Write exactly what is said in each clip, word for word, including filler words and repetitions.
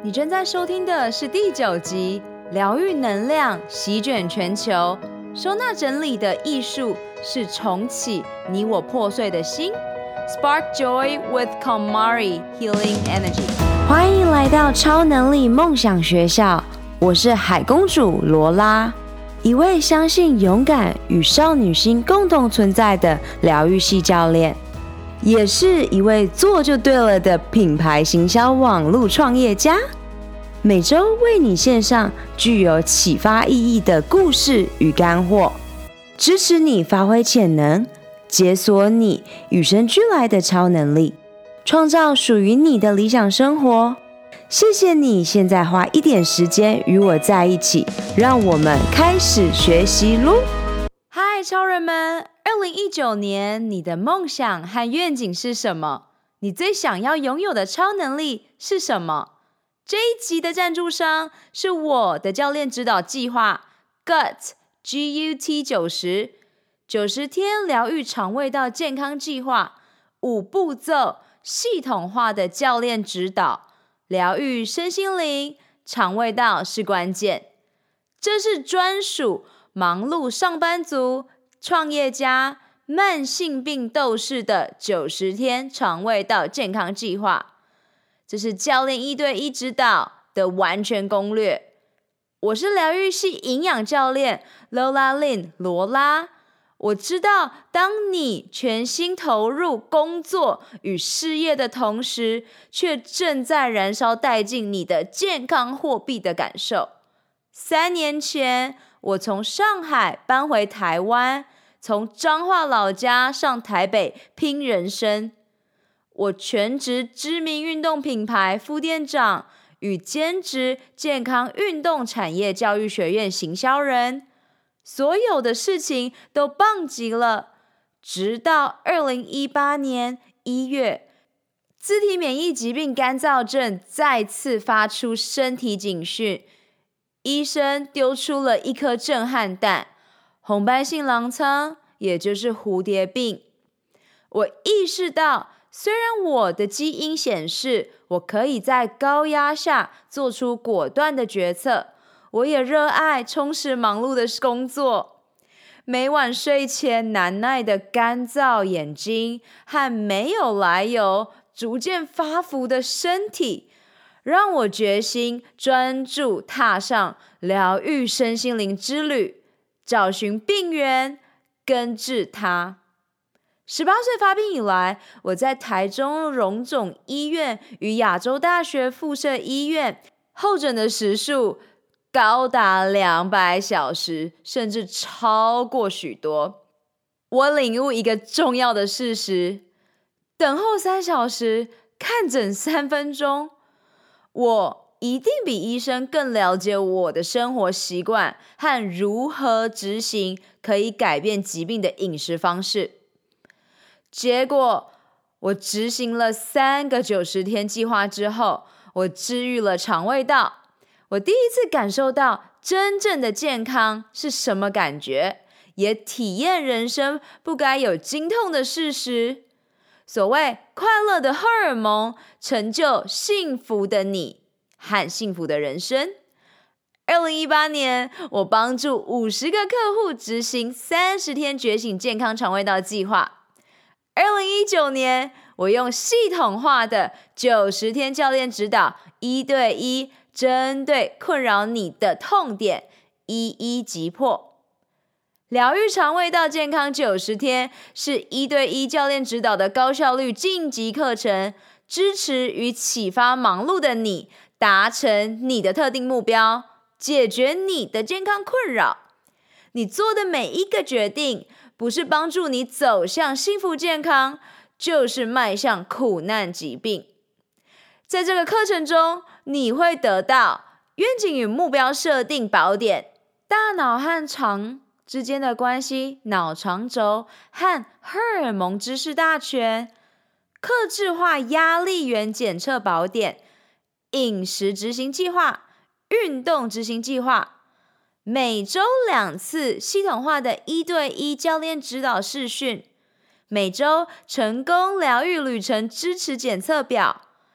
你正在收听的是第九集《疗愈能量席卷全球》，收纳整理的艺术是重启你我破碎的心。Spark Joy with KonMari Healing Energy。欢迎来到超能力梦想学校，我是海公主罗拉，一位相信勇敢与少女心共同存在的疗愈系教练，也是一位做就对了的品牌行销网络创业家。每周为你献上具有启发意义的故事与干货，支持你发挥潜能，解锁你与生俱来的超能力，创造属于你的理想生活。谢谢你现在花一点时间与我在一起，让我们开始学习咯。嗨，超人们！二零一九年，你的梦想和愿景是什么？你最想要拥有的超能力是什么？这一集的赞助商是我的教练指导计划 G U T G U T 九十 九十天疗愈肠胃道健康计划，五步骤系统化的教练指导，疗愈身心灵，肠胃道是关键。这是专属忙碌上班族、创业家、慢性病斗士的九十天肠胃道健康计划。这是教练一对一指导的完全攻略。我是疗愈系营养教练 Lola Lin 罗拉。我知道，当你全心投入工作与事业的同时，却正在燃烧殆尽你的健康货币的感受。三年前，我从上海搬回台湾，从彰化老家上台北拼人生。我全职知名运动品牌副店长与兼职健康运动产业教育学院行销人，所有的事情都棒极了。直到二零一八年一月，自体免疫疾病干燥症再次发出身体警讯，医生丢出了一颗震撼弹——红斑性狼疮，也就是蝴蝶病。我意识到，虽然我的基因显示我可以在高压下做出果断的决策，我也热爱充实忙碌的工作。每晚睡前难耐的干燥眼睛和没有来由逐渐发福的身体，让我决心专注踏上疗愈身心灵之旅，找寻病源，根治它。十八岁发病以来，我在台中荣总医院与亚洲大学附设医院候诊的时数高达两百小时，甚至超过许多。我领悟一个重要的事实：等候三小时，看诊三分钟。我一定比医生更了解我的生活习惯和如何执行可以改变疾病的饮食方式。结果，我执行了三个九十天计划之后，我治愈了肠胃道。我第一次感受到真正的健康是什么感觉，也体验人生不该有经痛的事实。所谓快乐的荷尔蒙，成就幸福的你和幸福的人生。二零一八年，我帮助五十个客户执行三十天觉醒健康肠胃道计划。二零一九年，我用系统化的九十天教练指导，一对一针对困扰你的痛点，一一击破。疗愈肠胃道健康九十天是一对一教练指导的高效率晋级课程，支持与启发忙碌的你达成你的特定目标，解决你的健康困扰。你做的每一个决定，不是帮助你走向幸福健康，就是迈向苦难疾病。在这个课程中，你会得到愿景与目标设定宝典、大脑和肠之间的关系脑肠轴和荷尔蒙知识大全、客制化压力源检测宝典、饮食执行计划、运动执行计划，每周两次系统化的一对一教练指导视讯，每周成功疗愈旅程支持检测表，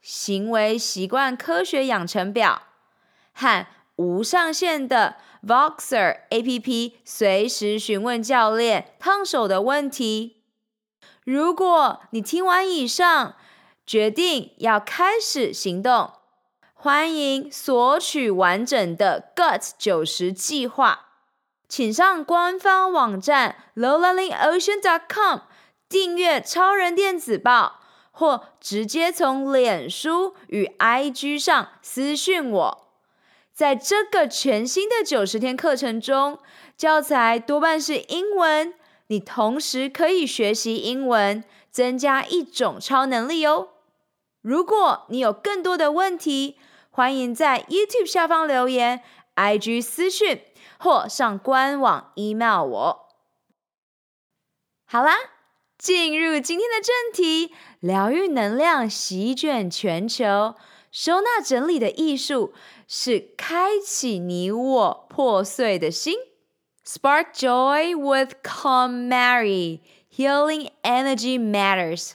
行为习惯科学养成表和无上限的 Voxer A P P 随时询问教练烫手的问题。如果你听完以上，决定要开始行动，欢迎索取完整的 G U T 九十计划，请上官方网站 low learning ocean dot com 订阅超人电子报，或直接从脸书与 I G 上私讯我。在这个全新的九十天课程中，教材多半是英文，你同时可以学习英文，增加一种超能力哦。如果你有更多的问题，欢迎在 YouTube 下方留言、I G 私讯或上官网 email 我。好啦，进入今天的正题，疗愈能量席卷全球，收纳整理的艺术是开启你我破碎的心。Spark joy with Calm Mary, Healing Energy Matters。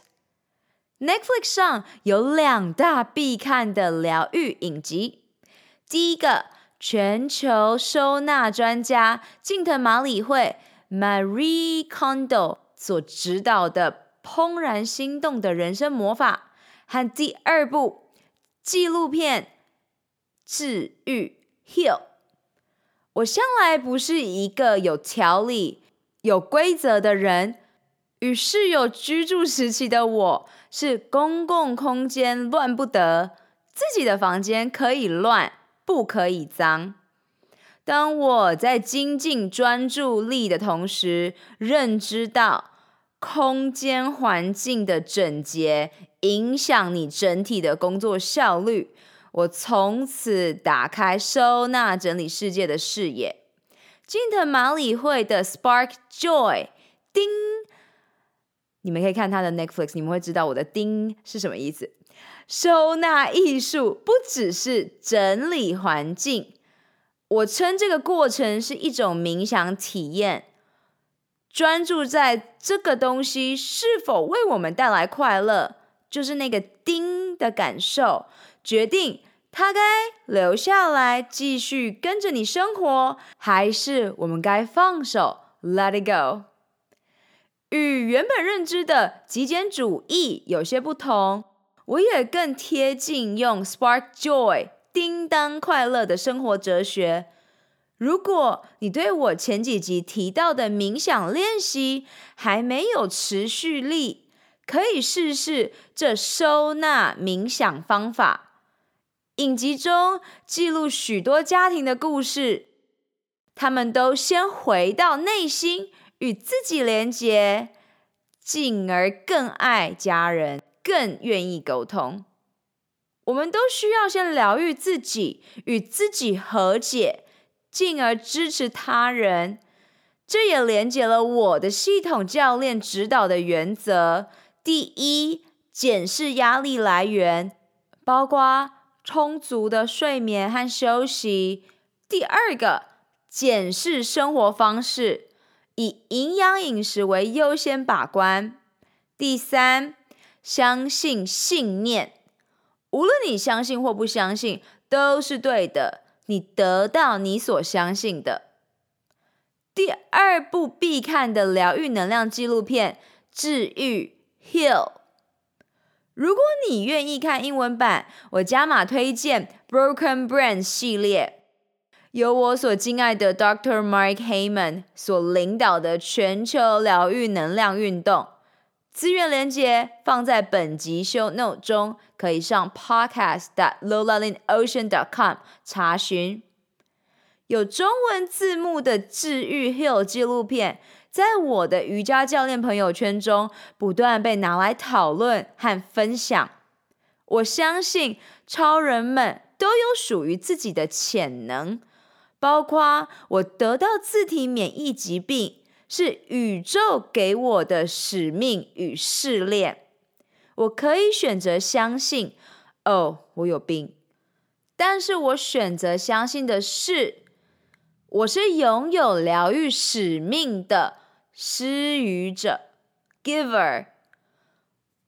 Netflix 上有两大必看的疗愈影集。第一个，全球收纳专家近藤麻里惠 Marie Kondo 所指导的怦然心动的人生魔法，和第二部纪录片治愈 Heal。 我向来不是一个有条理、有规则的人，与室友居住时期的我是公共空间乱不得，自己的房间可以乱，不可以脏。当我在精进专注力的同时，认知到空间环境的整洁影响你整体的工作效率，我从此打开收纳整理世界的视野。近藤麻里惠的 Spark Joy， 叮，你们可以看他的 Netflix， 你们会知道我的叮是什么意思。收纳艺术不只是整理环境，我称这个过程是一种冥想体验，专注在这个东西是否为我们带来快乐，就是那个叮的感受，决定它该留下来继续跟着你生活，还是我们该放手 let it go。 与原本认知的极简主义有些不同，我也更贴近用 Spark Joy 叮当快乐的生活哲学。如果你对我前几集提到的冥想练习还没有持续力，可以试试这收纳冥想方法。影集中记录许多家庭的故事，他们都先回到内心，与自己连结，进而更爱家人，更愿意沟通。我们都需要先疗愈自己，与自己和解，进而支持他人。这也连结了我的系统教练指导的原则。第一，检视压力来源，包括充足的睡眠和休息。第二个，检视生活方式，以营养饮食为优先把关。第三，相信信念，无论你相信或不相信，都是对的，你得到你所相信的。第二部必看的疗愈能量纪录片，治愈 Heal。 如果你愿意看英文版，我加码推荐 Broken Brain 系列，由我所敬爱的 Doctor Mark Hyman 所领导的全球疗愈能量运动。资源连结放在本集 show note 中，可以上 podcast dot low learning ocean dot com 查询。有中文字幕的治愈 Heal 纪录片，在我的瑜伽教练朋友圈中不断被拿来讨论和分享。我相信超人们都有属于自己的潜能，包括我得到自体免疫疾病，是宇宙给我的使命与试炼。我可以选择相信，哦，我有病，但是我选择相信的是，我是拥有疗愈使命的施予者 giver。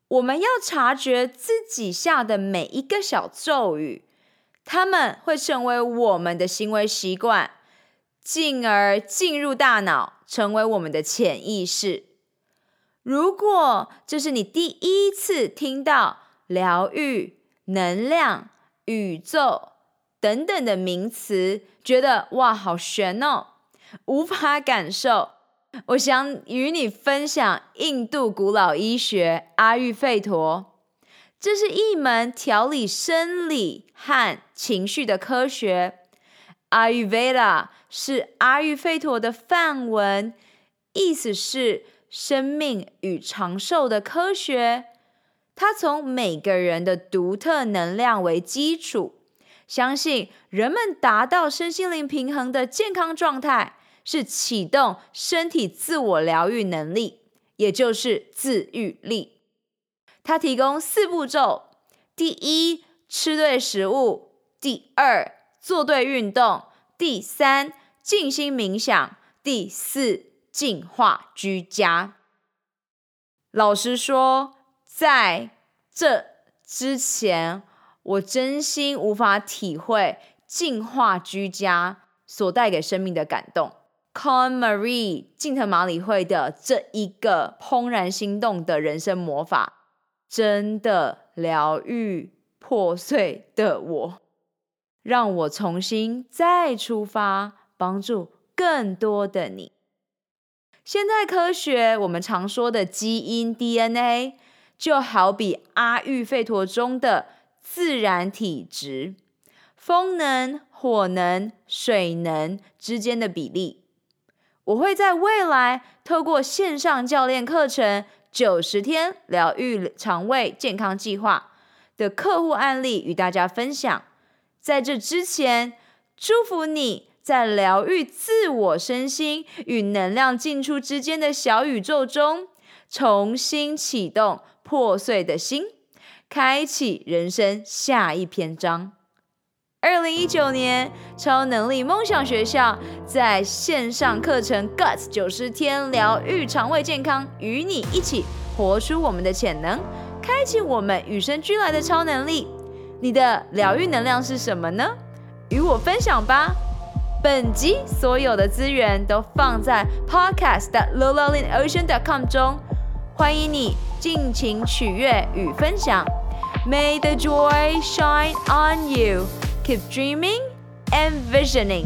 我们要察觉自己下的每一个小咒语，它们会成为我们的行为习惯，进而进入大脑，成为我们的潜意识。如果这是你第一次听到疗愈、能量、宇宙等等的名词，觉得哇好玄哦，无法感受，我想与你分享印度古老医学阿育吠陀。这是一门调理生理和情绪的科学。Ayurveda 是阿育吠陀的梵文，意思是生命与长寿的科学。它从每个人的独特能量为基础，相信人们达到身心灵平衡的健康状态，是启动身体自我疗愈能力，也就是自愈力。它提供四步骤：第一，吃对食物；第二，做对运动；第三，静心冥想；第四，净化居家。老实说，在这之前，我真心无法体会净化居家所带给生命的感动。KonMari 近藤麻里惠的这一个怦然心动的人生魔法，真的疗愈破碎的我，让我重新再出发，帮助更多的你。现代科学我们常说的基因 D N A， 就好比阿育吠陀中的自然体质，风能、火能、水能之间的比例。我会在未来透过线上教练课程九十天疗愈肠胃健康计划的客户案例与大家分享。在这之前，祝福你在疗愈自我身心与能量进出之间的小宇宙中，重新启动破碎的心，开启人生下一篇章。二零一九年，超能力梦想学校在线上课程 Guts 九十天疗愈肠胃健康，与你一起活出我们的潜能，开启我们与生俱来的超能力。你的疗愈能量是什么呢？与我分享吧。本集所有的资源都放在 podcast dot lola lin ocean dot com 中，欢迎你尽情取悦与分享。May the joy shine on you. Keep dreaming and visioning.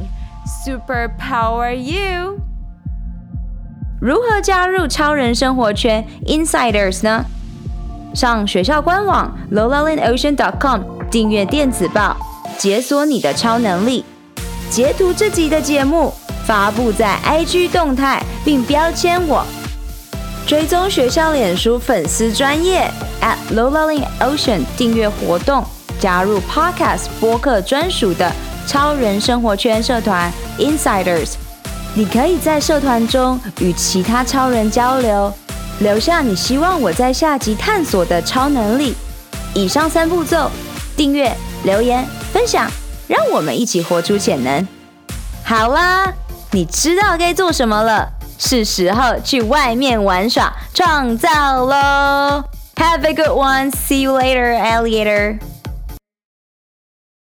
Superpower you. 如何加入超人生活圈 Insiders 呢？上学校官网 lola lin ocean dot com 订阅电子报，解锁你的超能力。截图这集的节目，发布在 I G 动态，并标签我。追踪学校脸书粉丝专页 at lola lin ocean 订阅活动，加入 Podcast 播客专属的超人生活圈社团 Insiders。你可以在社团中与其他超人交流，留下你希望我在下集探索的超能力。以上三步骤：订阅、留言、分享，让我们一起活出潜能。好啦，你知道该做什么了，是时候去外面玩耍、创造咯。Have a good one. See you later, alligator.